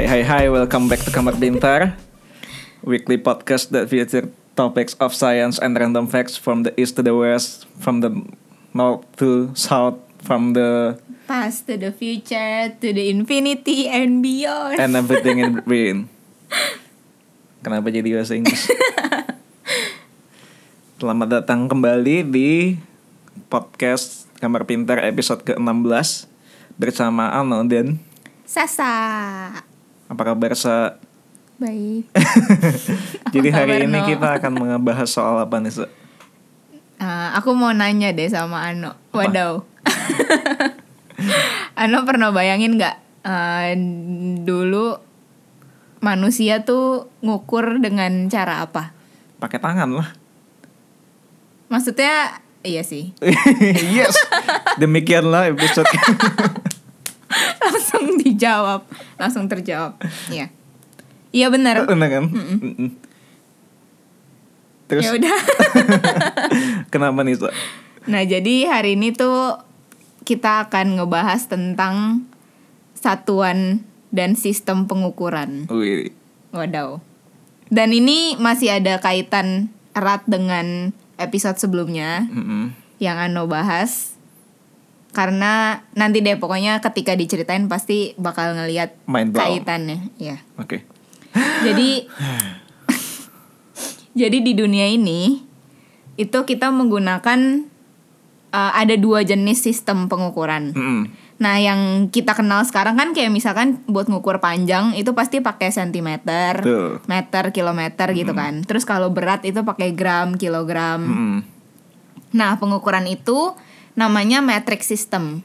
Hai, welcome back to Kamar Pintar, weekly podcast that feature topics of science and random facts from the east to the west, from the north to south, from the past to the future, to the infinity and beyond, and everything in between. Kenapa jadi bahasa Inggris? Selamat datang kembali di podcast Kamar Pintar episode ke-16 bersama Ano dan Sasa. Apa kabar, Sa? Baik. Jadi hari ini kita akan membahas soal apa nih, Sa? Aku mau nanya deh sama Ano. Wadaw. Ano pernah bayangin gak dulu manusia tuh ngukur dengan cara apa? Pakai tangan lah. Maksudnya iya sih. Yes. Demikianlah episode. Langsung terjawab. Iya. Iya benar. Benar kan? Terus ya udah. Kenapa nih, Sa? Nah, jadi hari ini tuh kita akan ngebahas tentang satuan dan sistem pengukuran. Wih. Wadaw. Dan ini masih ada kaitan erat dengan episode sebelumnya yang Ano bahas. Karena nanti deh pokoknya ketika diceritain pasti bakal ngelihat kaitannya. Ya. Oke. Jadi di dunia ini itu kita menggunakan ada 2 jenis sistem pengukuran. Nah, yang kita kenal sekarang kan kayak misalkan buat ngukur panjang itu pasti pakai sentimeter, meter, kilometer gitu kan. Terus kalau berat itu pakai gram, kilogram. Nah, pengukuran itu namanya metric system.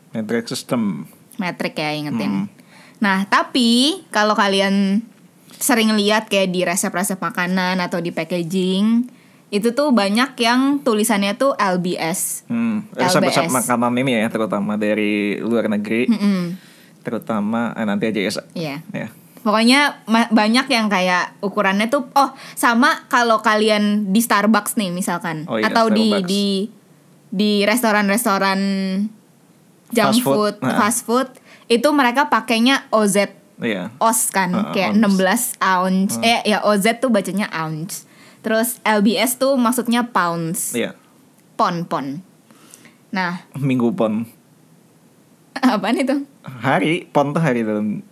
Metric ya, ingetin. Nah, tapi kalau kalian sering lihat kayak di resep-resep makanan atau di packaging, itu tuh banyak yang tulisannya tuh LBS. Resep-resep makanan ini ya, terutama dari luar negeri. Terutama nanti aja ya. Iya. Ya. Pokoknya banyak yang kayak ukurannya tuh sama kalau kalian di Starbucks nih misalkan, atau Starbucks. di restoran-restoran junk food, fast food, itu mereka pakainya OZ. Iya. OZ kan, kayak ounce. 16 ounce. OZ tuh bacanya ounce. Terus LBS tuh maksudnya pounds. Iya. Pon. Nah, minggu pon. Apaan itu? Hari, pon tuh hari dalam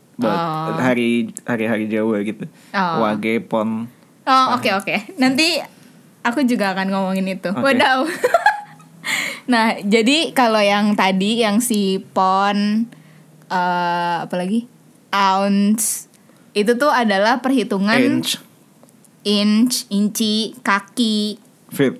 hari Jawa gitu. Wage pon. Oke. Nanti aku juga akan ngomongin itu. Okay. Wadaw. Nah, jadi kalau yang tadi yang si pon apalagi ounce itu tuh adalah perhitungan inch, inci, kaki, feet.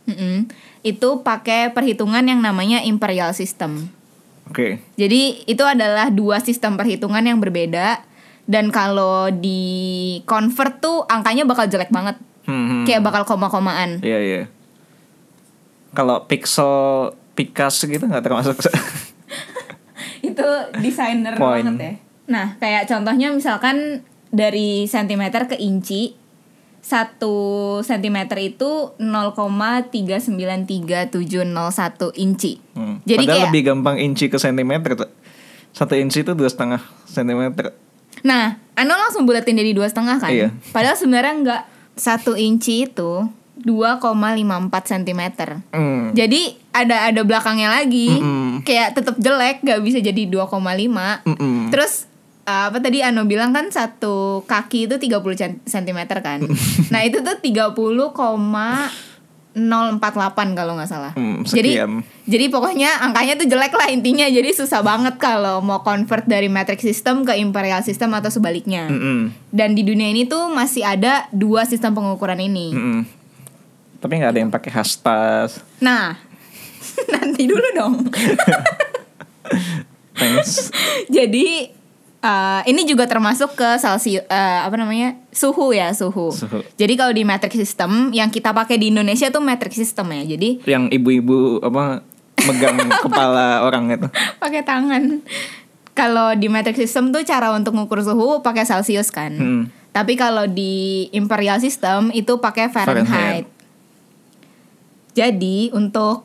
Itu pakai perhitungan yang namanya imperial system. Oke. Jadi itu adalah 2 sistem perhitungan yang berbeda, dan kalau di convert tuh angkanya bakal jelek banget. Kayak bakal koma-komaan. Iya. Kalau Picasso gitu nggak termasuk. Itu desainer banget ya. Nah, kayak contohnya misalkan dari sentimeter ke inci, 1 sentimeter itu 0,39371 inci. Jadi padahal kayak lebih gampang inci ke sentimeter tuh. 1 inci itu 2,5 sentimeter. Nah, Ano langsung bulatin jadi 2,5 kan? Iya. Padahal sebenarnya enggak. 1 inci itu 2,54 cm. Jadi ada belakangnya lagi. Kayak tetap jelek, gak bisa jadi 2,5. Terus apa tadi Ano bilang kan 1 kaki itu 30 cm kan. Nah, itu tuh 30,048 kalau gak salah. Jadi pokoknya angkanya tuh jelek lah intinya. Jadi susah banget kalau mau convert dari metric system ke imperial system atau sebaliknya. Dan di dunia ini tuh masih ada 2 sistem pengukuran ini. Tapi gak ada yang pakai hastas. Nah, nanti dulu dong. Thanks. Jadi ini juga termasuk ke suhu. Jadi kalau di metric system yang kita pakai di Indonesia tuh metric system ya. Jadi yang ibu-ibu megang kepala orang itu. Pakai tangan. Kalau di metric system tuh cara untuk ngukur suhu pakai Celsius kan. Tapi kalau di imperial system itu pakai Fahrenheit. Jadi untuk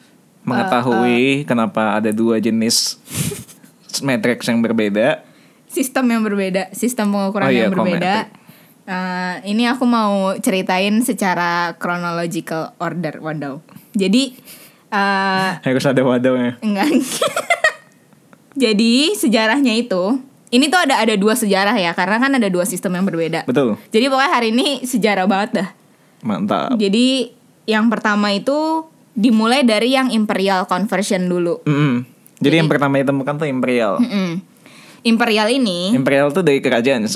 mengetahui kenapa ada 2 jenis matrix yang berbeda, sistem yang berbeda, sistem pengukuran yang berbeda. Ini aku mau ceritain secara chronological order, wadaw. Jadi harus ada wadahnya. Enggak. Jadi sejarahnya itu, ini tuh ada dua sejarah ya, karena kan ada dua sistem yang berbeda. Betul. Jadi pokoknya hari ini sejarah banget dah. Mantap. Jadi yang pertama itu dimulai dari yang imperial conversion dulu. Jadi yang pertama ditemukan tuh imperial. Imperial ini. Imperial tuh dari kerajaan.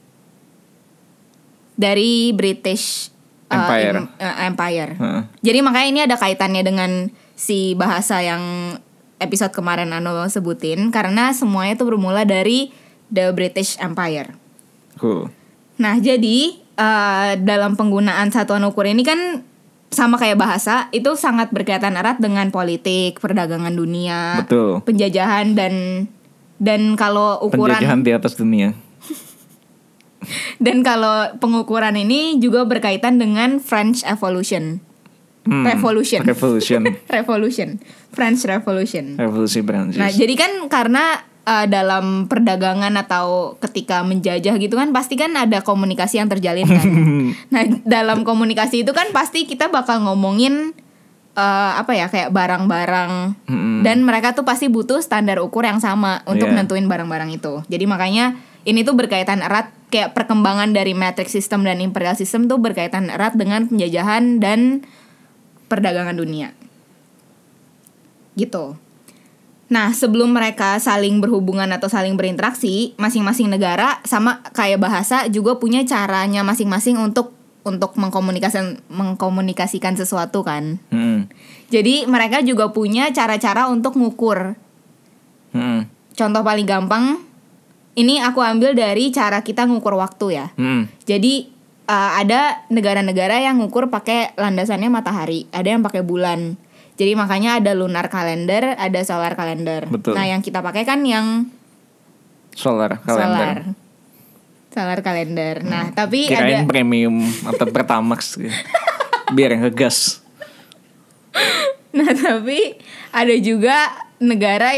Dari British Empire. Empire. Jadi makanya ini ada kaitannya dengan si bahasa yang episode kemarin Ano sebutin, karena semuanya itu bermula dari the British Empire. Cool. Nah jadi dalam penggunaan satuan ukur ini kan sama kayak bahasa, itu sangat berkaitan erat dengan politik, perdagangan dunia, betul, penjajahan dan kalau ukuran penjajahan di atas dunia. Dan kalau pengukuran ini juga berkaitan dengan French Revolution. Revolution. French Revolution. Revolusi Prancis. Nah, jadi kan karena dalam perdagangan atau ketika menjajah gitu kan pasti kan ada komunikasi yang terjalin kan. Nah, dalam komunikasi itu kan pasti kita bakal ngomongin kayak barang-barang dan mereka tuh pasti butuh standar ukur yang sama untuk nentuin barang-barang itu. Jadi makanya ini tuh berkaitan erat, kayak perkembangan dari metric system dan imperial system tuh berkaitan erat dengan penjajahan dan perdagangan dunia. Gitu. Nah, sebelum mereka saling berhubungan atau saling berinteraksi, masing-masing negara sama kayak bahasa juga punya caranya masing-masing untuk mengkomunikasikan sesuatu kan. Jadi mereka juga punya cara-cara untuk ngukur. Contoh paling gampang, ini aku ambil dari cara kita ngukur waktu ya. Jadi ada negara-negara yang ngukur pakai landasannya matahari, ada yang pakai bulan. Jadi makanya ada lunar calendar, ada solar calendar. Betul. Nah, yang kita pakai kan yang solar calendar. Solar calendar. Nah, tapi kirain ada premium atau Pertamax gitu. Biar ngegas. Nah, tapi ada juga negara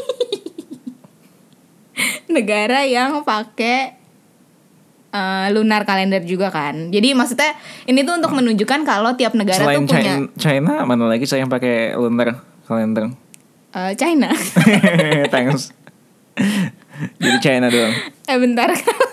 yang pakai lunar kalender juga kan. Jadi maksudnya ini tuh untuk menunjukkan kalau tiap negara selain tuh punya. China mana lagi saya yang pakai lunar kalender? China. Thanks. Jadi China doang. Bentar.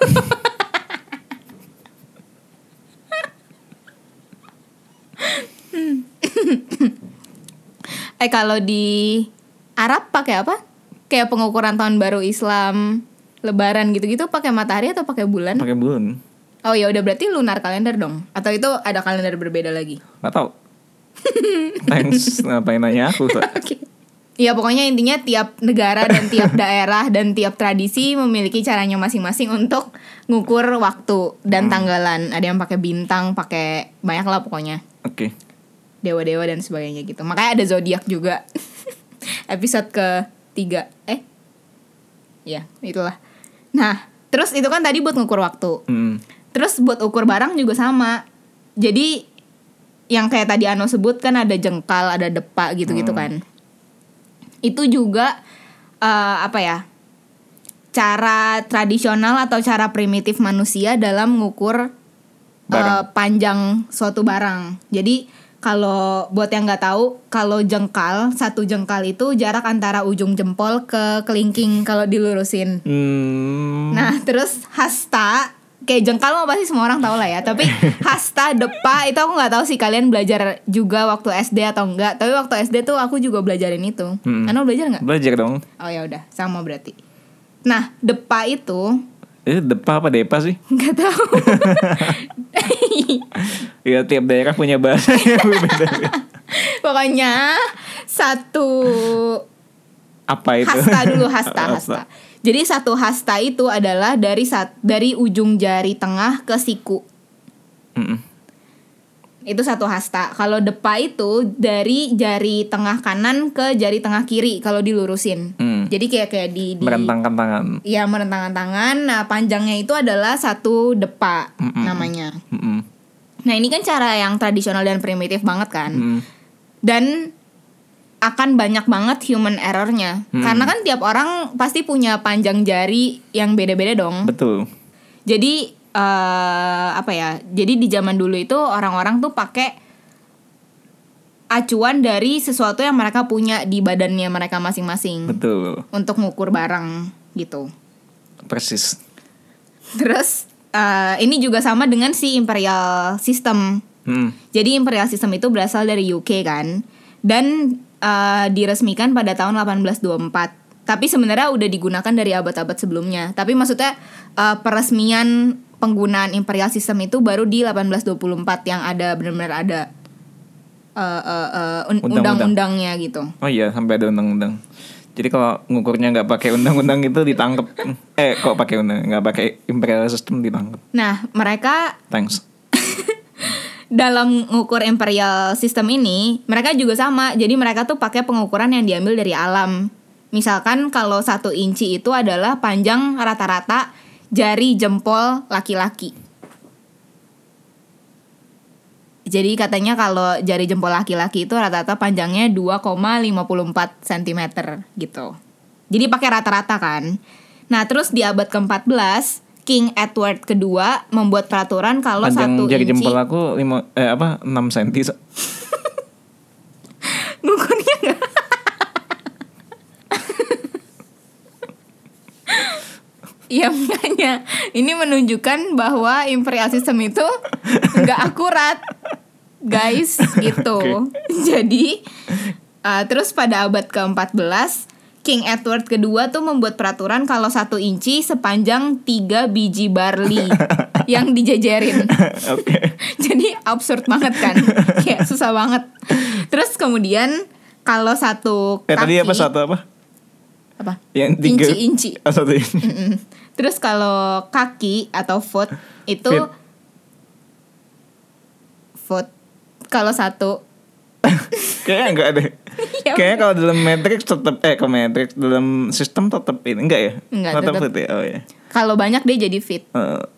Kalau di Arab pakai apa? Kayak pengukuran tahun baru Islam, Lebaran gitu-gitu pakai matahari atau pakai bulan? Pakai bulan. Oh ya udah, berarti lunar kalender dong. Atau itu ada kalender berbeda lagi? Gak tau. Thanks, ngapain nanya aku tuh. Oke. Ya pokoknya intinya tiap negara dan tiap daerah dan tiap tradisi memiliki caranya masing-masing untuk ngukur waktu dan tanggalan. Ada yang pakai bintang, pakai banyak lah pokoknya. Oke. Dewa-dewa dan sebagainya gitu. Makanya ada zodiak juga. Episode ke-3. Ya, itulah. Nah, terus itu kan tadi buat ngukur waktu. Terus buat ukur barang juga sama. Jadi yang kayak tadi Ano sebut kan ada jengkal, ada depa gitu-gitu kan. Itu juga cara tradisional atau cara primitif manusia dalam mengukur panjang suatu barang. Jadi kalau buat yang nggak tahu, kalau jengkal, satu jengkal itu jarak antara ujung jempol ke kelingking kalau dilurusin. Nah, terus hasta, kayak jengkal mah pasti semua orang tahu lah ya. Tapi hasta, depa itu aku nggak tahu sih kalian belajar juga waktu SD atau enggak. Tapi waktu SD tuh aku juga belajarin itu. Anda belajar nggak? Belajar dong. Oh ya udah, sama berarti. Nah, depa itu depa apa depa sih? Nggak tahu. Ya tiap daerah punya bahasa yang berbeda. Pokoknya satu apa itu? Hasta. Jadi satu hasta itu adalah dari ujung jari tengah ke siku. Itu satu hasta. Kalau depa itu dari jari tengah kanan ke jari tengah kiri kalau dilurusin. Jadi kayak di merentangkan tangan. Iya, merentangkan tangan. Nah, panjangnya itu adalah satu depa namanya. Nah, ini kan cara yang tradisional dan primitif banget kan. Dan akan banyak banget human errornya. Karena kan tiap orang pasti punya panjang jari yang beda-beda dong. Betul. Jadi apa ya? Jadi di zaman dulu itu orang-orang tuh pakai acuan dari sesuatu yang mereka punya di badannya mereka masing-masing. Betul. Untuk ngukur barang gitu. Persis. Terus ini juga sama dengan si imperial system. Jadi imperial system itu berasal dari UK kan, dan diresmikan pada tahun 1824. Tapi sebenarnya udah digunakan dari abad-abad sebelumnya. Tapi maksudnya peresmian penggunaan imperial system itu baru di 1824 yang ada benar-benar ada undang-undangnya gitu. Oh iya, sampai ada undang-undang. Jadi kalau ngukurnya nggak pakai undang-undang itu ditangkap. Kok pakai undang, nggak pakai imperial system ditangkap. Nah, mereka Thanks. dalam ngukur imperial system ini, mereka juga sama. Jadi mereka tuh pakai pengukuran yang diambil dari alam. Misalkan kalau 1 inci itu adalah panjang rata-rata jari jempol laki-laki. Jadi katanya kalau jari jempol laki-laki itu rata-rata panjangnya 2,54 cm gitu. Jadi pakai rata-rata kan. Nah terus di abad ke-14, King Edward kedua membuat peraturan kalau 1 inci. Panjang jari jempol aku 6 cm. Ngukurnya nggak? Ya makanya ini menunjukkan bahwa imperial system itu nggak akurat, guys, gitu. Okay. Jadi terus pada abad ke-14 King Edward kedua tuh membuat peraturan kalau 1 inci sepanjang 3 biji barley yang dijejerin. Oke. Jadi absurd banget kan, kayak susah banget. Terus kemudian kalau 1 kaki. Tadi apa satu apa? Apa? Yang 3 inci. Oh, 1 inci. Terus kalau kaki atau foot itu foot kalau 1 kayaknya enggak ada. Ya, kayaknya kalau dalam matrix tetap kalau matrix dalam sistem tetap ini enggak ya? Enggak, tetap tetap. foot ya. Oh ya. kalau banyak dia jadi feet.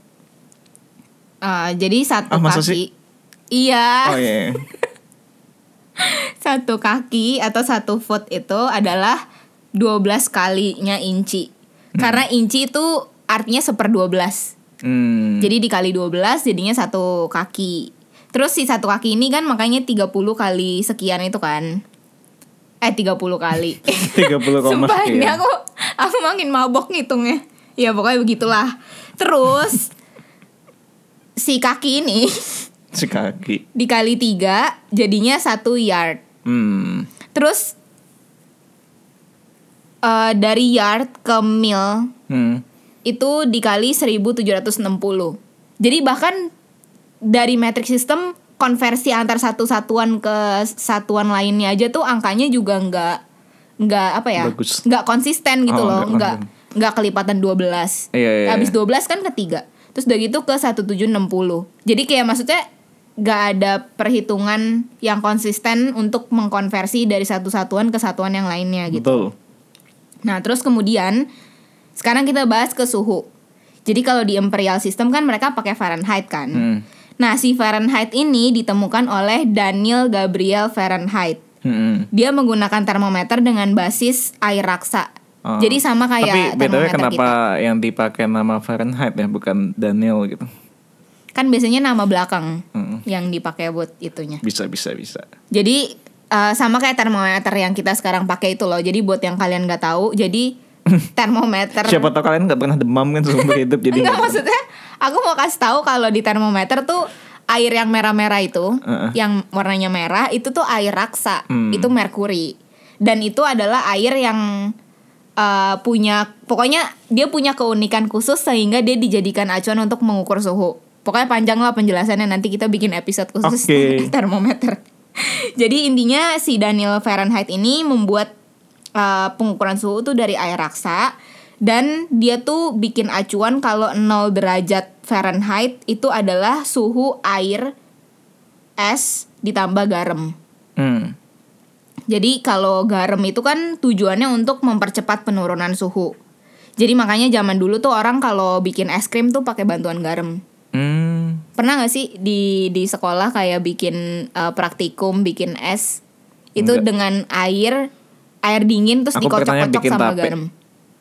Jadi 1 masa kaki. sih? Iya. Oh iya. 1 kaki atau 1 foot itu adalah 12 kalinya inci. Karena inci itu artinya 1/12. Jadi dikali 12 jadinya 1 kaki. Terus si 1 kaki ini kan makanya 30 kali sekian itu kan. 30 kali. 30 koma Sumpah ini sekian. aku makin mabok ngitungnya. Ya pokoknya begitulah. Terus si kaki ini Si kaki. dikali 3 jadinya 1 yard. Terus dari yard ke mil itu dikali 1760. Jadi bahkan dari metric system konversi antar satu satuan ke satuan lainnya aja tuh angkanya juga nggak apa ya? Bagus. Nggak konsisten gitu loh. nggak Nggak kelipatan 12. Iya. Habis 12 kan ke 3. Terus udah gitu ke 1760. Jadi kayak maksudnya gak ada perhitungan yang konsisten untuk mengkonversi dari satu satuan ke satuan yang lainnya gitu. Betul. Nah terus kemudian sekarang kita bahas ke suhu. Jadi kalau di imperial system kan mereka pakai Fahrenheit kan. Nah si Fahrenheit ini ditemukan oleh Daniel Gabriel Fahrenheit. Dia menggunakan termometer dengan basis air raksa. Jadi sama kayak tapi btw kenapa kita. yang dipakai nama Fahrenheit ya bukan Daniel gitu? Kan biasanya nama belakang yang dipakai buat itunya. Bisa. Jadi sama kayak termometer yang kita sekarang pakai itu loh. Jadi buat yang kalian nggak tahu, jadi termometer. Siapa tahu kalian nggak pernah demam kan seumur hidup jadi. Enggak, maksudnya aku mau kasih tahu kalau di termometer tuh air yang merah-merah itu, yang warnanya merah itu tuh air raksa, itu merkuri. Dan itu adalah air yang pokoknya dia punya keunikan khusus sehingga dia dijadikan acuan untuk mengukur suhu. Pokoknya panjang lah penjelasannya, nanti kita bikin episode khusus termometer. Jadi intinya si Daniel Fahrenheit ini membuat pengukuran suhu tuh dari air raksa, dan dia tuh bikin acuan kalau 0 derajat Fahrenheit itu adalah suhu air es ditambah garam. Jadi kalau garam itu kan tujuannya untuk mempercepat penurunan suhu. Jadi makanya zaman dulu tuh orang kalau bikin es krim tuh pakai bantuan garam. Pernah gak sih di sekolah kayak bikin praktikum, bikin es, Itu Enggak. dengan air dingin terus Aku pertanyaan dikocok-kocok bikin sama tape. garam.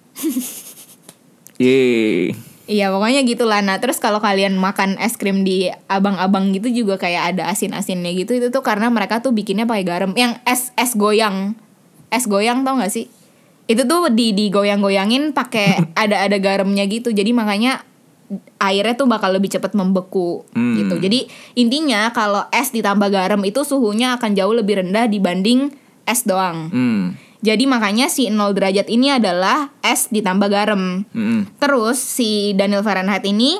Yeay. Iya pokoknya gitulah. Nah terus kalau kalian makan es krim di abang-abang gitu juga kayak ada asin-asinnya gitu. Itu tuh karena mereka tuh bikinnya pakai garam. Yang es goyang tau gak sih? Itu tuh digoyang-goyangin pakai ada garamnya gitu. Jadi makanya airnya tuh bakal lebih cepat membeku gitu. Jadi intinya kalau es ditambah garam itu suhunya akan jauh lebih rendah dibanding es doang. Jadi makanya si 0 derajat ini adalah es ditambah garam. Terus si Daniel Fahrenheit ini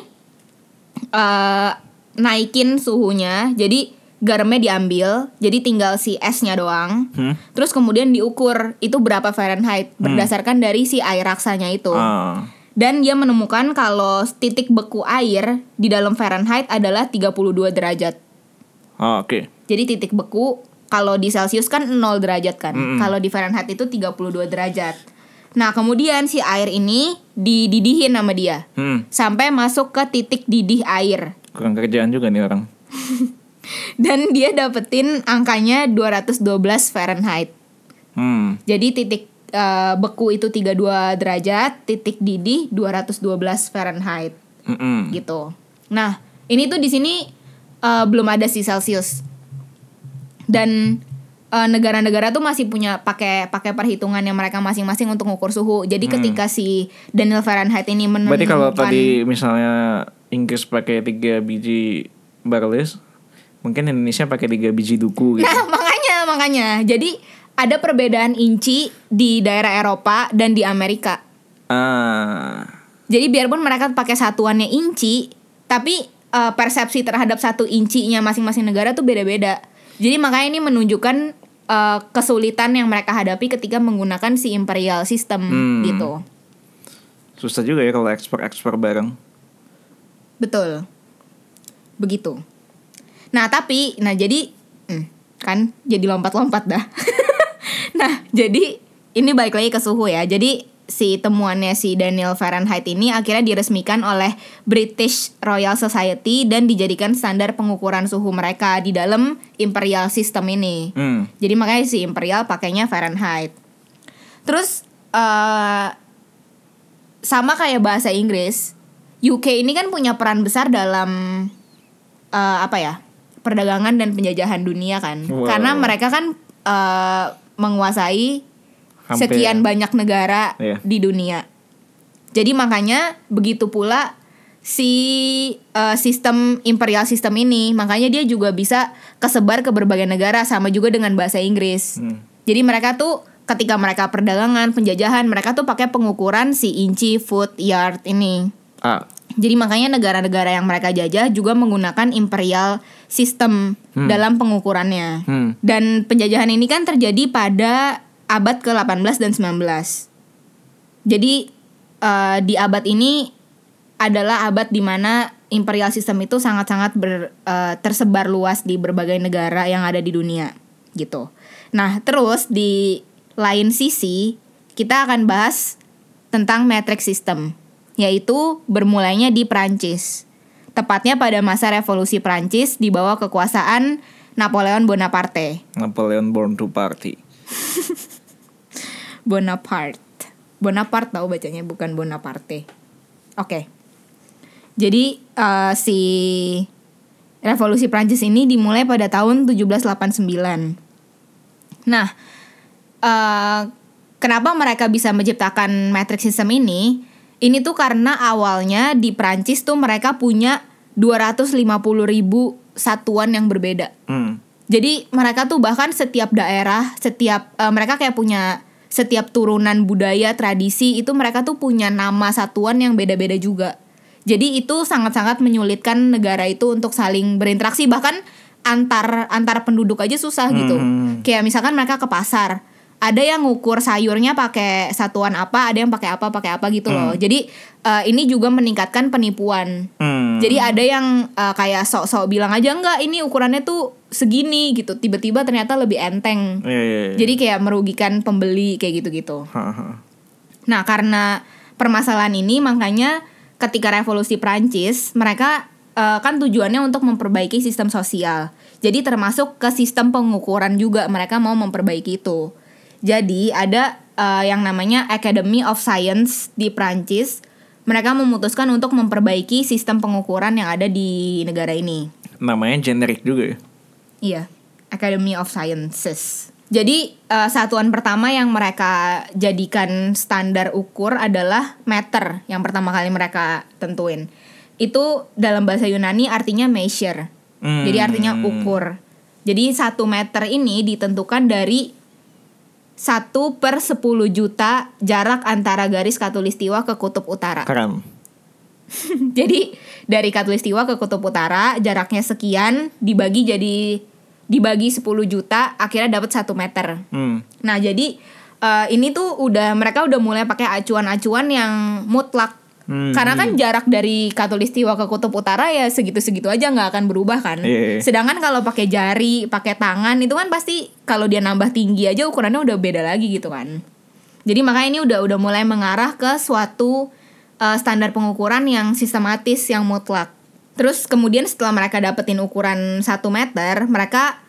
naikin suhunya. Jadi garamnya diambil, jadi tinggal si esnya doang. Terus kemudian diukur itu berapa Fahrenheit berdasarkan dari si air raksanya itu. Dan dia menemukan kalau titik beku air di dalam Fahrenheit adalah 32 derajat. Oke. Jadi titik beku kalau di Celsius kan 0 derajat kan. Kalau di Fahrenheit itu 32 derajat. Nah, kemudian si air ini dididihin sama dia. Sampai masuk ke titik didih air. Kurang kerjaan juga nih orang. Dan dia dapetin angkanya 212 Fahrenheit. Jadi titik beku itu 32 derajat, titik didih 212 Fahrenheit. Gitu. Nah, ini tuh di sini belum ada si Celsius. Dan negara-negara tuh masih punya pakai perhitungan yang mereka masing-masing untuk ngukur suhu. Jadi ketika si Daniel Fahrenheit ini menemukan, Berarti kalau tadi misalnya Inggris pakai 3 biji Barles, mungkin Indonesia pakai 3 biji duku gitu. Nah, makanya. Jadi ada perbedaan inci di daerah Eropa dan di Amerika. Jadi biarpun mereka pakai satuannya inci, tapi persepsi terhadap 1 incinya masing-masing negara tuh beda-beda. Jadi makanya ini menunjukkan kesulitan yang mereka hadapi ketika menggunakan si imperial system gitu. Susah juga ya kalau ekspor bareng. Betul. Begitu. Nah jadi kan jadi lompat-lompat dah. Nah jadi ini balik lagi ke suhu ya. Jadi si temuannya si Daniel Fahrenheit ini akhirnya diresmikan oleh British Royal Society dan dijadikan standar pengukuran suhu mereka di dalam imperial system ini. Jadi makanya si imperial pakainya Fahrenheit. Terus sama kayak bahasa Inggris, UK ini kan punya peran besar dalam perdagangan dan penjajahan dunia kan. Wow. Karena mereka kan menguasai sekian banyak negara di dunia. Jadi makanya begitu pula si sistem imperial system ini, makanya dia juga bisa kesebar ke berbagai negara, sama juga dengan bahasa Inggris. Jadi mereka tuh ketika mereka perdagangan, penjajahan, mereka tuh pakai pengukuran si inci, foot, yard ini. Jadi makanya negara-negara yang mereka jajah juga menggunakan imperial system dalam pengukurannya. Dan penjajahan ini kan terjadi pada abad ke-18 dan 19. Jadi di abad ini adalah abad di mana imperial system itu sangat-sangat tersebar luas di berbagai negara yang ada di dunia gitu. Nah, terus di lain sisi kita akan bahas tentang metric system, yaitu bermulainya di Prancis. Tepatnya pada masa revolusi Prancis di bawah kekuasaan Napoleon Bonaparte. Napoleon born to party. Bonaparte tahu bacanya, bukan Bonaparte. Oke. Jadi si revolusi Prancis ini dimulai pada tahun 1789. Nah, kenapa mereka bisa menciptakan metric system ini? Ini tuh karena awalnya di Prancis tuh mereka punya 250.000 satuan yang berbeda. Jadi mereka tuh bahkan setiap daerah, mereka kayak punya setiap turunan budaya, tradisi itu mereka tuh punya nama satuan yang beda-beda juga. Jadi itu sangat-sangat menyulitkan negara itu untuk saling berinteraksi, bahkan antar penduduk aja susah gitu. Kayak misalkan mereka ke pasar, ada yang ngukur sayurnya pakai satuan apa, ada yang pakai apa gitu loh. Jadi ini juga meningkatkan penipuan. Jadi ada yang kayak sok-sok bilang aja enggak ini ukurannya tuh segini gitu, tiba-tiba ternyata lebih enteng. Jadi kayak merugikan pembeli kayak gitu-gitu. Nah, karena permasalahan ini makanya ketika revolusi Prancis mereka kan tujuannya untuk memperbaiki sistem sosial. Jadi termasuk ke sistem pengukuran juga mereka mau memperbaiki itu. Jadi ada yang namanya Academy of Science di Prancis. Mereka memutuskan untuk memperbaiki sistem pengukuran yang ada di negara ini. Namanya generik juga ya? Iya, Academy of Sciences. Jadi satuan pertama yang mereka jadikan standar ukur adalah meter. Yang pertama kali mereka tentuin. Itu dalam bahasa Yunani artinya measure. Jadi artinya ukur. Jadi 1 meter ini ditentukan dari 1/10 juta jarak antara garis khatulistiwa ke kutub utara. Keren. Jadi dari khatulistiwa ke kutub utara jaraknya sekian dibagi 10 juta akhirnya dapat 1 meter. Nah jadi ini tuh mereka udah mulai pakai acuan-acuan yang mutlak. Karena kan jarak dari khatulistiwa ke kutub utara ya segitu-segitu aja, nggak akan berubah kan. Sedangkan kalau pakai jari, pakai tangan itu kan pasti kalau dia nambah tinggi aja ukurannya udah beda lagi gitu kan. Jadi makanya ini udah mulai mengarah ke suatu standar pengukuran yang sistematis, yang mutlak. Terus kemudian setelah mereka dapetin ukuran 1 meter, mereka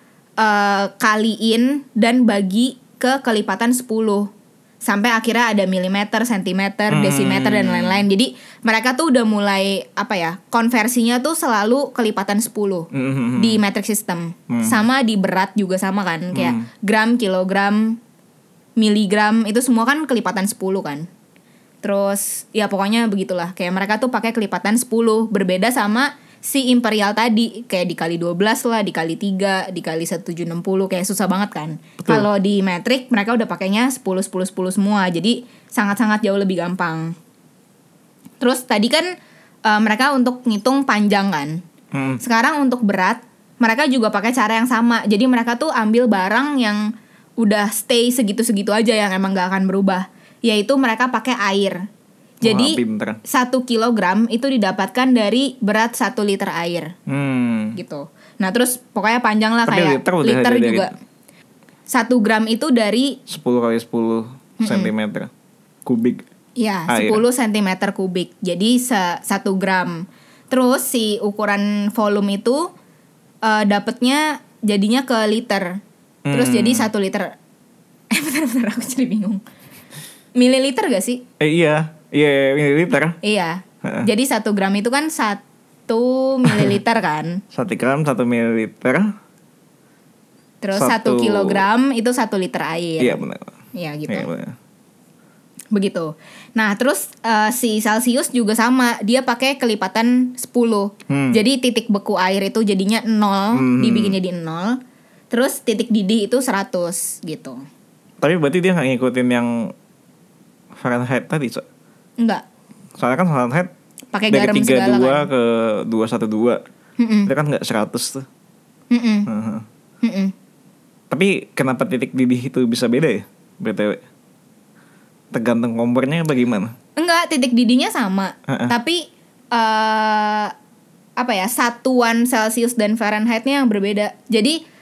kaliin dan bagi ke kelipatan 10. Sampai akhirnya ada milimeter, sentimeter, desimeter dan lain-lain. Jadi mereka tuh udah mulai konversinya tuh selalu kelipatan 10 di metric system. Sama di berat juga sama kan, kayak gram, kilogram, miligram itu semua kan kelipatan 10 kan. Terus ya pokoknya begitulah, kayak mereka tuh pakai kelipatan 10, berbeda sama si imperial tadi, kayak dikali 12 lah, dikali 3, dikali 1760, kayak susah banget kan. Kalau di metrik mereka udah pakainya 10 semua, jadi sangat-sangat jauh lebih gampang. Terus tadi kan mereka untuk ngitung panjang kan. Sekarang untuk berat mereka juga pakai cara yang sama. Jadi mereka tuh ambil barang yang udah stay segitu-segitu aja, yang emang gak akan berubah, yaitu mereka pakai air. Jadi 1 kilogram itu didapatkan dari berat 1 liter air. Gitu. Nah terus pokoknya panjang lah. Tapi kayak liter juga. 1 gram itu dari 10 kali 10 cm kubik. Iya, 10 cm kubik. Jadi 1 gram. Terus si ukuran volume itu dapetnya jadinya ke liter. Terus jadi 1 liter. Bentar aku jadi bingung. Mililiter gak sih? Iya, mililiter. Iya. Jadi 1 gram itu kan 1 mililiter kan. 1 gram 1 mililiter. Terus 1 kilogram itu 1 liter air. Iya benar. Iya gitu. Iya, benar. Begitu. Nah terus si Celsius juga sama. Dia pakai kelipatan 10. Jadi titik beku air itu jadinya 0. Dibikin jadi 0. Terus titik didih itu 100 gitu. Tapi berarti dia gak ngikutin yang Fahrenheit tadi, so? Enggak. Soalnya kan Fahrenheit pakai garam segala kan. Dari 32 ke 212. Itu kan enggak 100 tuh. Tapi kenapa titik didih itu bisa beda ya? BTW. Tergantung kompornya bagaimana? Enggak, titik didihnya sama. Tapi satuan Celsius dan Fahrenheit-nya yang berbeda. Jadi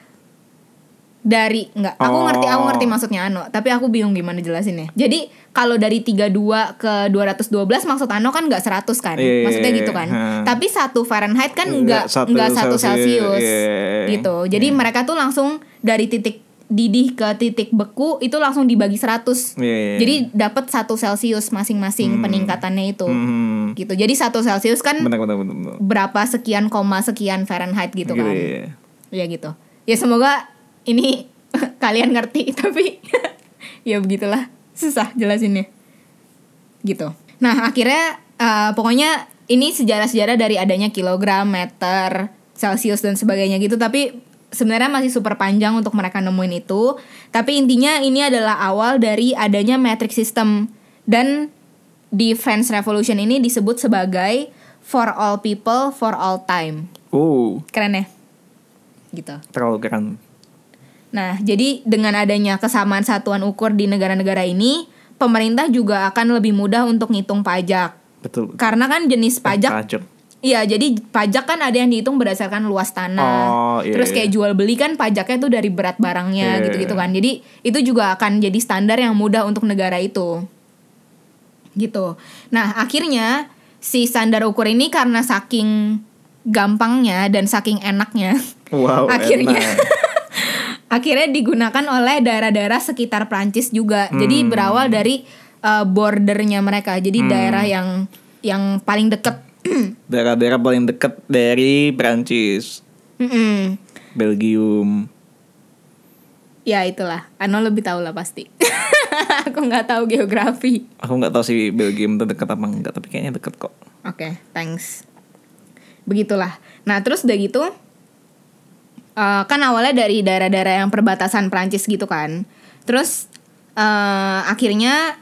aku ngerti maksudnya Ano, tapi aku bingung gimana jelasinnya. Jadi kalau dari 32 ke 212 maksud Ano kan enggak 100 kan? Maksudnya gitu kan. Tapi 1 Fahrenheit kan enggak 1 Celsius. Gitu. Jadi mereka tuh langsung dari titik didih ke titik beku itu langsung dibagi 100. Jadi dapat 1 Celsius masing-masing peningkatannya itu. Gitu. Jadi 1 Celsius kan bener. Berapa sekian koma sekian Fahrenheit gitu kan. Ya gitu. Ya semoga ini kalian ngerti, tapi ya begitulah, susah jelasinnya gitu. Nah akhirnya pokoknya ini sejarah-sejarah dari adanya kilogram, meter, Celsius dan sebagainya gitu. Tapi sebenarnya masih super panjang untuk mereka nemuin itu. Tapi intinya ini adalah awal dari adanya metric system. Dan di French Revolution ini disebut sebagai for all people, for all time. Keren ya? Gitu. Terlalu keren. Nah, jadi dengan adanya kesamaan satuan ukur di negara-negara ini, pemerintah juga akan lebih mudah untuk ngitung pajak. Betul. Karena kan jenis pajak. Iya, jadi pajak kan ada yang dihitung berdasarkan luas tanah. Terus kayak jual beli kan pajaknya tuh dari berat barangnya gitu-gitu kan. Jadi itu juga akan jadi standar yang mudah untuk negara itu. Gitu. Nah, akhirnya si standar ukur ini karena saking gampangnya dan saking enaknya Wow, akhirnya enak. akhirnya digunakan oleh daerah-daerah sekitar Prancis juga. Jadi berawal dari bordernya mereka. Jadi daerah yang paling dekat. Daerah-daerah paling dekat dari Prancis, Belgium. Ya itulah, Ano lebih tahu lah pasti. Aku nggak tahu geografi. Aku nggak tahu sih Belgium itu dekat apa enggak, tapi kayaknya dekat kok. Oke, thanks. Begitulah. Nah terus udah gitu, kan awalnya dari daerah-daerah yang perbatasan Prancis gitu kan. Terus akhirnya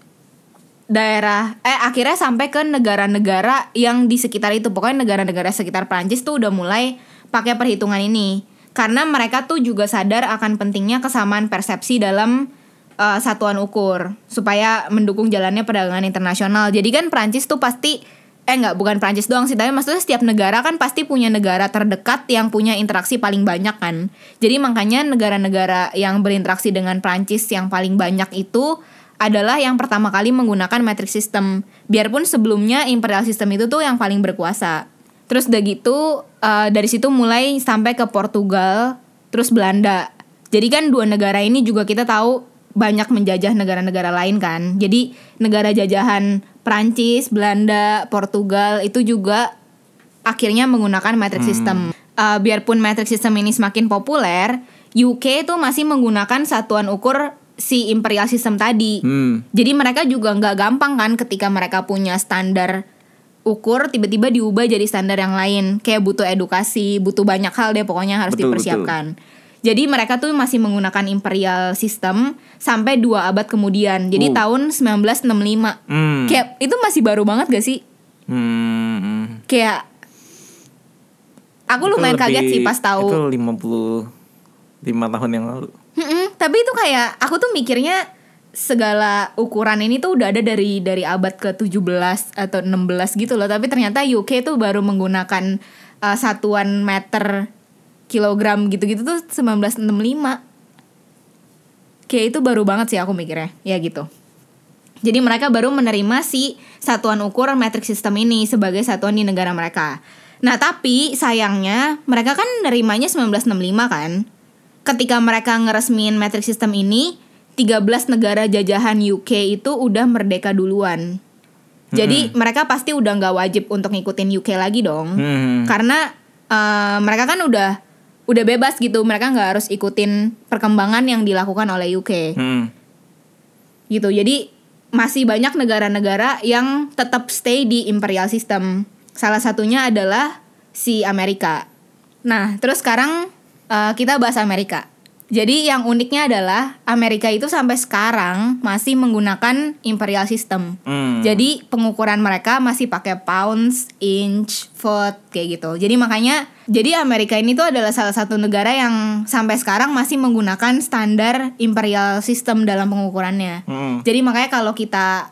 akhirnya sampai ke negara-negara yang di sekitar itu. Pokoknya negara-negara sekitar Prancis tuh udah mulai pakai perhitungan ini. Karena mereka tuh juga sadar akan pentingnya kesamaan persepsi dalam satuan ukur supaya mendukung jalannya perdagangan internasional. Jadi kan Prancis tuh pasti bukan Prancis doang sih, tapi maksudnya setiap negara kan pasti punya negara terdekat yang punya interaksi paling banyak kan. Jadi makanya negara-negara yang berinteraksi dengan Prancis yang paling banyak itu adalah yang pertama kali menggunakan metric system. Biarpun sebelumnya imperial system itu tuh yang paling berkuasa. Terus udah gitu dari situ mulai sampai ke Portugal, terus Belanda. Jadi kan dua negara ini juga kita tahu banyak menjajah negara-negara lain kan. Jadi negara jajahan Prancis, Belanda, Portugal itu juga akhirnya menggunakan metric system. Biarpun metric system ini semakin populer, UK itu masih menggunakan satuan ukur si imperial system tadi. Jadi mereka juga nggak gampang kan ketika mereka punya standar ukur tiba-tiba diubah jadi standar yang lain. Kayak butuh edukasi, butuh banyak hal deh pokoknya harus dipersiapkan. Jadi mereka tuh masih menggunakan imperial system sampai 2 abad kemudian. Jadi tahun 1965. Kayak itu masih baru banget gak sih? Kayak aku lumayan kaget sih pas tahu. Itu 55 tahun yang lalu. Tapi itu kayak aku tuh mikirnya segala ukuran ini tuh udah ada dari abad ke-17 atau 16 gitu loh. Tapi ternyata UK tuh baru menggunakan satuan meter kilogram gitu-gitu tuh 1965. Kayak itu baru banget sih aku mikirnya. Ya gitu. Jadi mereka baru menerima si satuan ukur metric system ini sebagai satuan di negara mereka. Nah tapi sayangnya mereka kan nerimanya 1965 kan. Ketika mereka ngeresmiin metric system ini, 13 negara jajahan UK itu udah merdeka duluan. Jadi mereka pasti udah gak wajib untuk ngikutin UK lagi dong. Karena mereka kan udah bebas gitu, mereka nggak harus ikutin perkembangan yang dilakukan oleh UK. Gitu. Jadi masih banyak negara-negara yang tetap stay di imperial system. Salah satunya adalah si Amerika. Nah, terus sekarang kita bahas Amerika. Jadi yang uniknya adalah Amerika itu sampai sekarang masih menggunakan imperial system. Jadi pengukuran mereka masih pakai pounds, inch, foot kayak gitu. Jadi makanya Amerika ini tuh adalah salah satu negara yang sampai sekarang masih menggunakan standar imperial system dalam pengukurannya. Jadi makanya kalau kita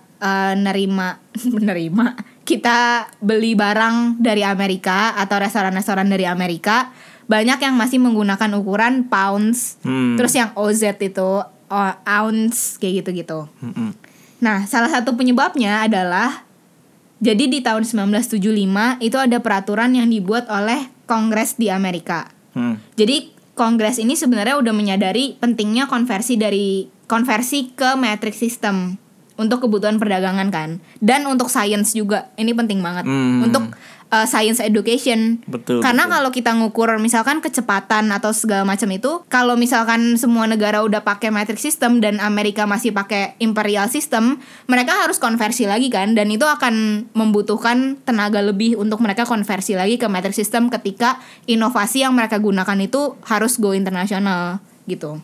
kita beli barang dari Amerika atau restoran-restoran dari Amerika, banyak yang masih menggunakan ukuran pounds, terus yang OZ itu ounce kayak gitu-gitu. Nah, salah satu penyebabnya adalah jadi di tahun 1975 itu ada peraturan yang dibuat oleh Kongres di Amerika. Jadi Kongres ini sebenarnya udah menyadari pentingnya konversi ke metric system untuk kebutuhan perdagangan kan, dan untuk science juga ini penting banget untuk science education. Karena kalau kita ngukur misalkan kecepatan atau segala macam itu, kalau misalkan semua negara udah pakai metric system dan Amerika masih pakai imperial system, mereka harus konversi lagi kan, dan itu akan membutuhkan tenaga lebih untuk mereka konversi lagi ke metric system ketika inovasi yang mereka gunakan itu harus go internasional gitu.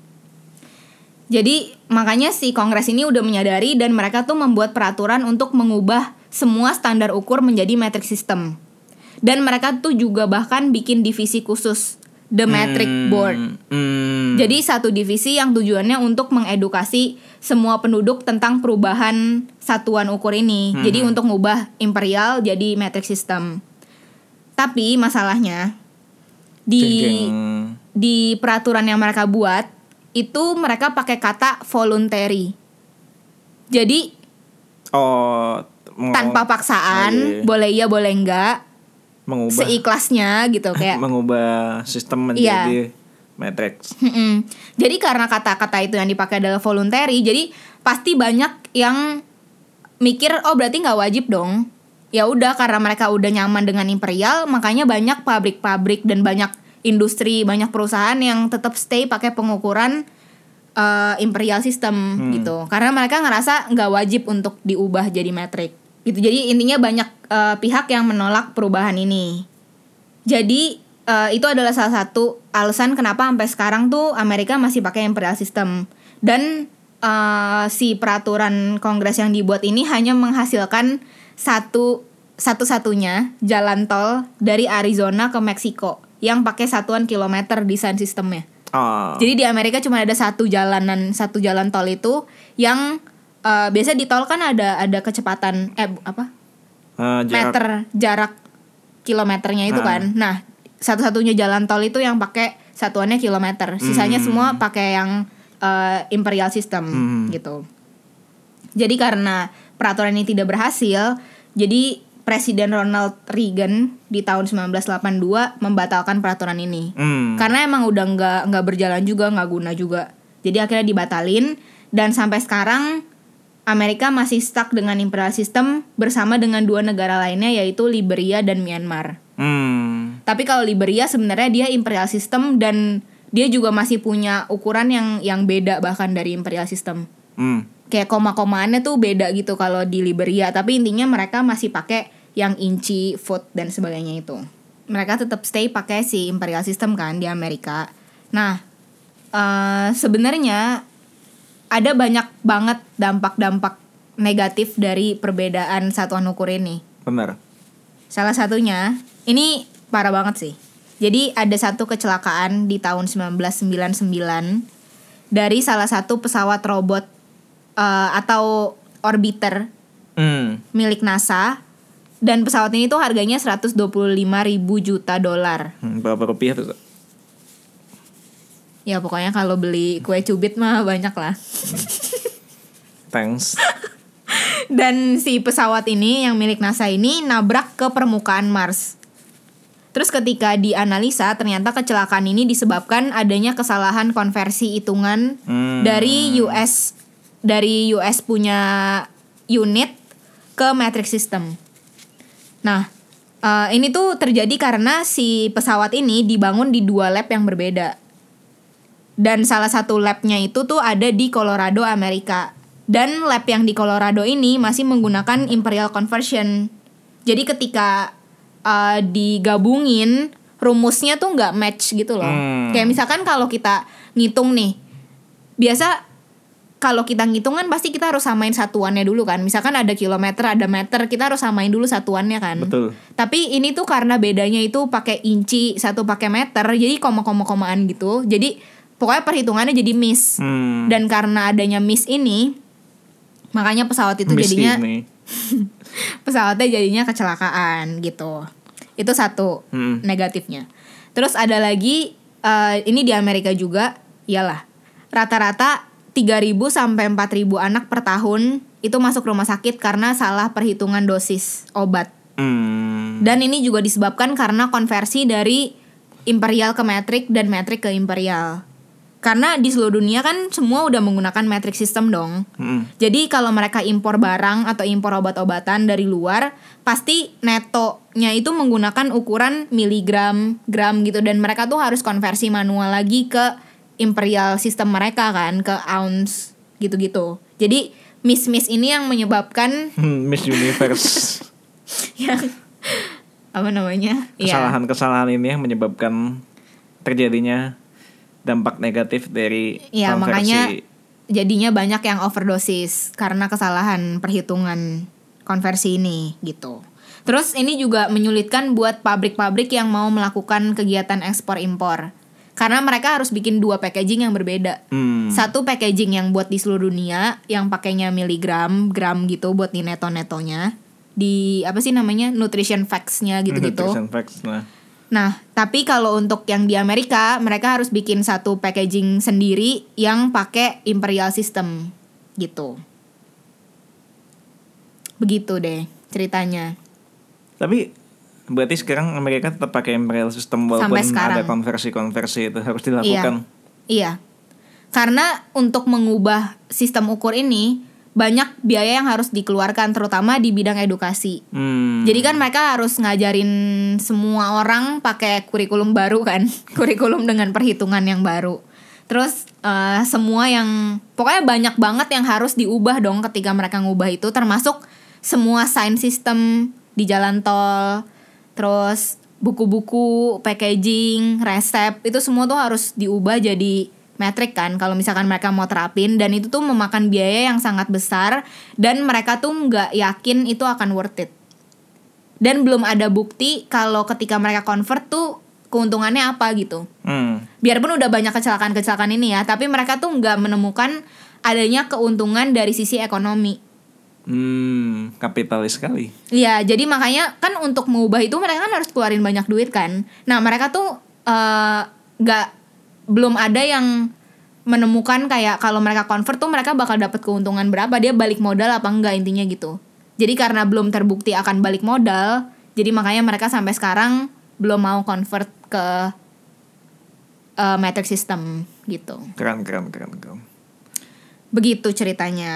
Jadi makanya si Kongres ini udah menyadari dan mereka tuh membuat peraturan untuk mengubah semua standar ukur menjadi metric system. Dan mereka tuh juga bahkan bikin divisi khusus, The Metric Board. Jadi satu divisi yang tujuannya untuk mengedukasi semua penduduk tentang perubahan satuan ukur ini. Jadi untuk ngubah imperial jadi metric system. Tapi masalahnya di peraturan yang mereka buat itu mereka pakai kata voluntary. Jadi tanpa paksaan, boleh iya boleh enggak. seikhlasnya gitu kayak mengubah sistem menjadi matrix. Jadi karena kata-kata itu yang dipakai adalah voluntary, jadi pasti banyak yang mikir oh berarti nggak wajib dong. Ya udah karena mereka udah nyaman dengan imperial, makanya banyak pabrik-pabrik dan banyak industri, banyak perusahaan yang tetap stay pakai pengukuran imperial system gitu. Karena mereka ngerasa nggak wajib untuk diubah jadi metric gitu. Jadi intinya banyak pihak yang menolak perubahan ini. Jadi itu adalah salah satu alasan kenapa sampai sekarang tuh Amerika masih pakai imperial system. Dan si peraturan Kongres yang dibuat ini hanya menghasilkan satu-satunya jalan tol dari Arizona ke Meksiko yang pakai satuan kilometer desain sistemnya. Jadi di Amerika cuma ada satu jalan tol itu yang biasa di tol kan ada kecepatan jarak kilometernya itu kan. Nah, satu-satunya jalan tol itu yang pakai satuannya kilometer. Sisanya semua pakai yang imperial system gitu. Jadi karena peraturan ini tidak berhasil, jadi Presiden Ronald Reagan di tahun 1982 membatalkan peraturan ini. Karena emang udah nggak berjalan juga, nggak guna juga. Jadi akhirnya dibatalin dan sampai sekarang Amerika masih stuck dengan imperial system bersama dengan dua negara lainnya yaitu Liberia dan Myanmar. Tapi kalau Liberia sebenarnya dia imperial system dan dia juga masih punya ukuran yang beda bahkan dari imperial system. Kayak koma-komaannya tuh beda gitu kalau di Liberia, tapi intinya mereka masih pakai yang inci, foot dan sebagainya itu. Mereka tetap stay pakai si imperial system kan di Amerika. Nah, sebenarnya ada banyak banget dampak-dampak negatif dari perbedaan satuan ukur ini. Benar. Salah satunya, ini parah banget sih. Jadi ada satu kecelakaan di tahun 1999 dari salah satu pesawat robot atau orbiter milik NASA. Dan pesawat ini tuh harganya 125.000 juta dolar. Berapa rupiah tuh? Ya pokoknya kalau beli kue cubit mah banyak lah. Thanks. Dan si pesawat ini yang milik NASA ini nabrak ke permukaan Mars. Terus ketika dianalisa ternyata kecelakaan ini disebabkan adanya kesalahan konversi hitungan dari US punya unit ke metric system. Nah, ini tuh terjadi karena si pesawat ini dibangun di dua lab yang berbeda. Dan salah satu labnya itu tuh ada di Colorado, Amerika. Dan lab yang di Colorado ini masih menggunakan imperial conversion. Jadi ketika digabungin, rumusnya tuh nggak match gitu loh. Kayak misalkan kalau kita ngitung nih, biasa kalau kita ngitung kan pasti kita harus samain satuannya dulu kan. Misalkan ada kilometer, ada meter, kita harus samain dulu satuannya kan. Betul. Tapi ini tuh karena bedanya itu pakai inci, satu pakai meter, jadi koma-komaan gitu. Jadi pokoknya perhitungannya jadi miss. Dan karena adanya miss ini, makanya pesawat itu miss jadinya pesawatnya jadinya kecelakaan gitu. Itu satu negatifnya. Terus ada lagi ini di Amerika juga, iyalah. Rata-rata 3.000 sampai 4.000 anak per tahun itu masuk rumah sakit karena salah perhitungan dosis obat. Dan ini juga disebabkan karena konversi dari imperial ke metrik dan metrik ke imperial. Karena di seluruh dunia kan semua udah menggunakan metric system dong. Jadi kalau mereka impor barang atau impor obat-obatan dari luar, pasti netonya itu menggunakan ukuran miligram, gram gitu. Dan mereka tuh harus konversi manual lagi ke imperial system mereka kan, ke ounce gitu-gitu. Jadi miss ini yang menyebabkan Miss Universe. yang apa namanya? Kesalahan-kesalahan ini yang menyebabkan terjadinya dampak negatif dari konversi. Makanya jadinya banyak yang overdosis karena kesalahan perhitungan konversi ini gitu. Terus ini juga menyulitkan buat pabrik-pabrik yang mau melakukan kegiatan ekspor impor. Karena mereka harus bikin dua packaging yang berbeda. Satu packaging yang buat di seluruh dunia, yang pakainya miligram, gram gitu buat di neto-netonya. Di apa sih namanya? Nutrition facts-nya gitu-gitu. Nutrition facts, Nah, tapi kalau untuk yang di Amerika, mereka harus bikin satu packaging sendiri yang pakai imperial system gitu. Begitu deh ceritanya. Tapi Berarti sekarang Amerika tetap pakai imperial system walaupun ada konversi-konversi itu harus dilakukan. Iya. Karena untuk mengubah sistem ukur ini banyak biaya yang harus dikeluarkan, terutama di bidang edukasi. Jadi kan mereka harus ngajarin semua orang pakai kurikulum baru kan, kurikulum dengan perhitungan yang baru. Terus semua yang pokoknya banyak banget yang harus diubah dong ketika mereka ngubah itu, termasuk semua sign system di jalan tol, terus buku-buku, packaging, resep, itu semua tuh harus diubah jadi metrik kan kalau misalkan mereka mau terapin, dan itu tuh memakan biaya yang sangat besar dan mereka tuh nggak yakin itu akan worth it. Dan belum ada bukti kalau ketika mereka convert tuh keuntungannya apa gitu. Biarpun udah banyak kecelakaan-kecelakaan ini ya, tapi mereka tuh nggak menemukan adanya keuntungan dari sisi ekonomi. Kapitalis sekali. Iya, jadi makanya kan untuk mengubah itu mereka kan harus keluarin banyak duit kan. Nah mereka tuh belum ada yang menemukan kayak kalau mereka convert tuh mereka bakal dapat keuntungan berapa, dia balik modal apa enggak, intinya gitu. Jadi karena belum terbukti akan balik modal, jadi makanya mereka sampai sekarang belum mau convert ke metric system gitu. Keren. Begitu ceritanya.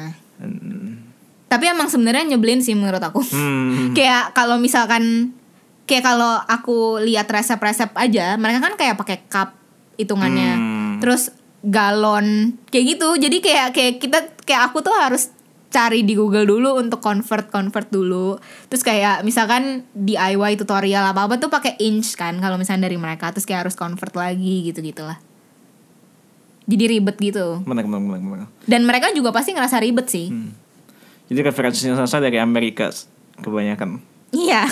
Tapi emang sebenarnya nyebelin sih menurut aku. Kayak kalau misalkan kayak kalau aku lihat resep-resep aja, mereka kan kayak pakai cup hitungannya. Terus galon kayak gitu. Jadi kayak aku tuh harus cari di Google dulu untuk convert dulu. Terus kayak misalkan DIY tutorial apa tuh pakai inch kan kalau misalnya dari mereka, terus kayak harus convert lagi gitu-gitulah. Jadi ribet gitu. Benar. Dan mereka juga pasti ngerasa ribet sih. Jadi referensinya Sasa dari Amerika kebanyakan. Iya.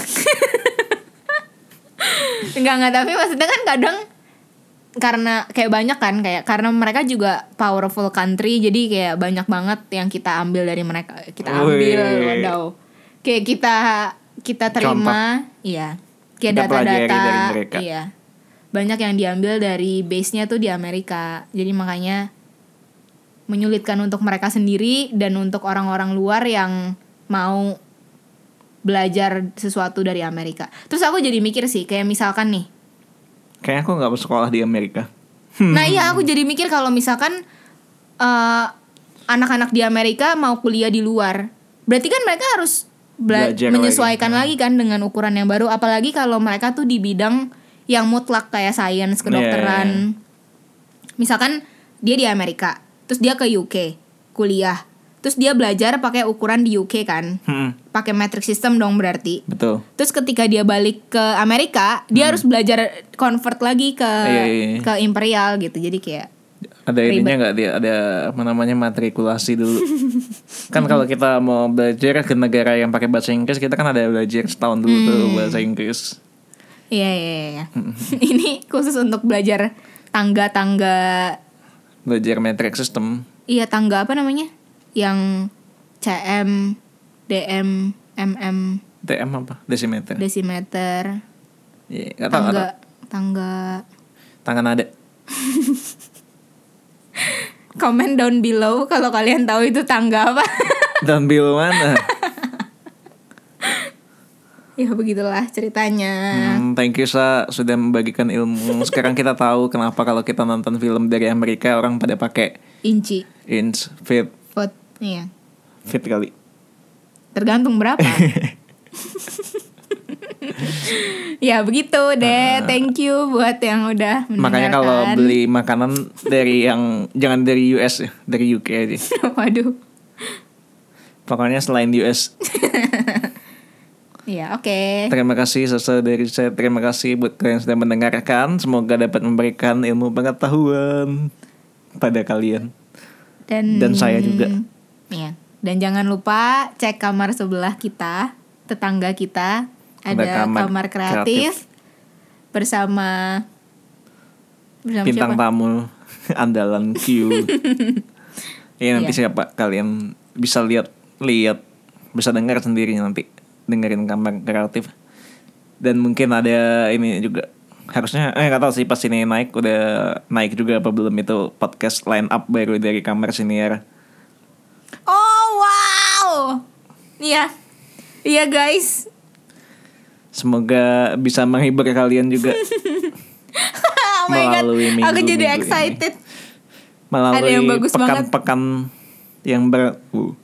Enggak, tapi maksudnya kan kadang karena kayak banyak kan, kayak karena mereka juga powerful country, jadi kayak banyak banget yang kita ambil dari mereka. Wadaw. Kayak kita terima. Contoh. Iya. Kayak data-data. Iya. Banyak yang diambil dari base-nya tuh di Amerika. Jadi makanya menyulitkan untuk mereka sendiri dan untuk orang-orang luar yang mau belajar sesuatu dari Amerika. Terus aku jadi mikir sih, kayak misalkan nih, kayaknya aku gak bersekolah di Amerika. Nah iya, aku jadi mikir kalau misalkan anak-anak di Amerika mau kuliah di luar, berarti kan mereka harus menyesuaikan lagi kan dengan ukuran yang baru. Apalagi kalau mereka tuh di bidang yang mutlak kayak sains, kedokteran. Misalkan dia di Amerika, terus dia ke UK kuliah, terus dia belajar pakai ukuran di UK kan, pakai metric system dong berarti. Betul. Terus ketika dia balik ke Amerika, dia harus belajar convert lagi ke ke imperial gitu. Jadi kayak ada ininya nggak dia, ada apa namanya, matrikulasi dulu. Kan kalau kita mau belajar ke negara yang pakai bahasa Inggris, kita kan ada belajar setahun dulu tuh bahasa Inggris. Iya. Ini khusus untuk belajar tangga-tangga, belajar metric system. Iya, tangga apa namanya? Yang CM, DM, MM. DM apa? Desimeter. Iya, tangga nada. Comment down below kalau kalian tahu itu tangga apa. Down below mana? Ya begitulah ceritanya. Thank you Sa sudah membagikan ilmu. Sekarang kita tahu kenapa kalau kita nonton film dari Amerika orang pada pakai inch, feet. Iya. Feet kali. Tergantung berapa. Ya begitu deh. Thank you buat yang udah mendengarkan. Makanya kalau beli makanan dari yang jangan dari US ya, dari UK aja. Waduh. Pokoknya selain US. Ya, oke. Terima kasih Sasa dari saya. Terima kasih buat kalian yang sudah mendengarkan. Semoga dapat memberikan ilmu pengetahuan pada kalian. Dan saya juga. Iya. Dan jangan lupa cek kamar sebelah kita, tetangga kita. Ada kamar kreatif bersama bintang siapa? Tamu andalan Q. Ya nanti siapa kalian bisa lihat bisa dengar sendiri nanti. Dengerin kamar kreatif. Dan mungkin ada ini juga, harusnya gak tahu sih pas ini naik udah naik juga apa belum, itu podcast line up baru dari kamar siniar. Oh wow. Iya guys. Semoga bisa menghibur kalian juga. Oh my god, aku jadi minggu excited. Melalui Ada yang bagus pekan-pekan yang berat.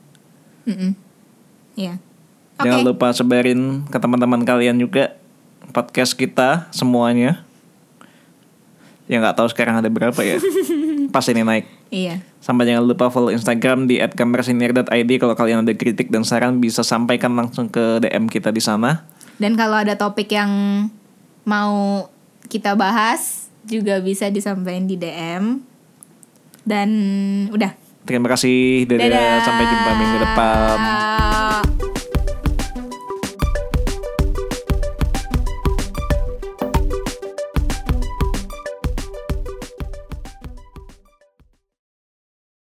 Iya. Jangan lupa sebarin ke teman-teman kalian juga podcast kita semuanya. Ya nggak tahu sekarang ada berapa ya. Pas ini naik. Iya. Sampai jangan lupa follow Instagram di @kamersinir.id. Kalau kalian ada kritik dan saran bisa sampaikan langsung ke DM kita di sana. Dan kalau ada topik yang mau kita bahas juga bisa disampaikan di DM. Dan udah. Terima kasih. Dadah. Sampai jumpa minggu depan.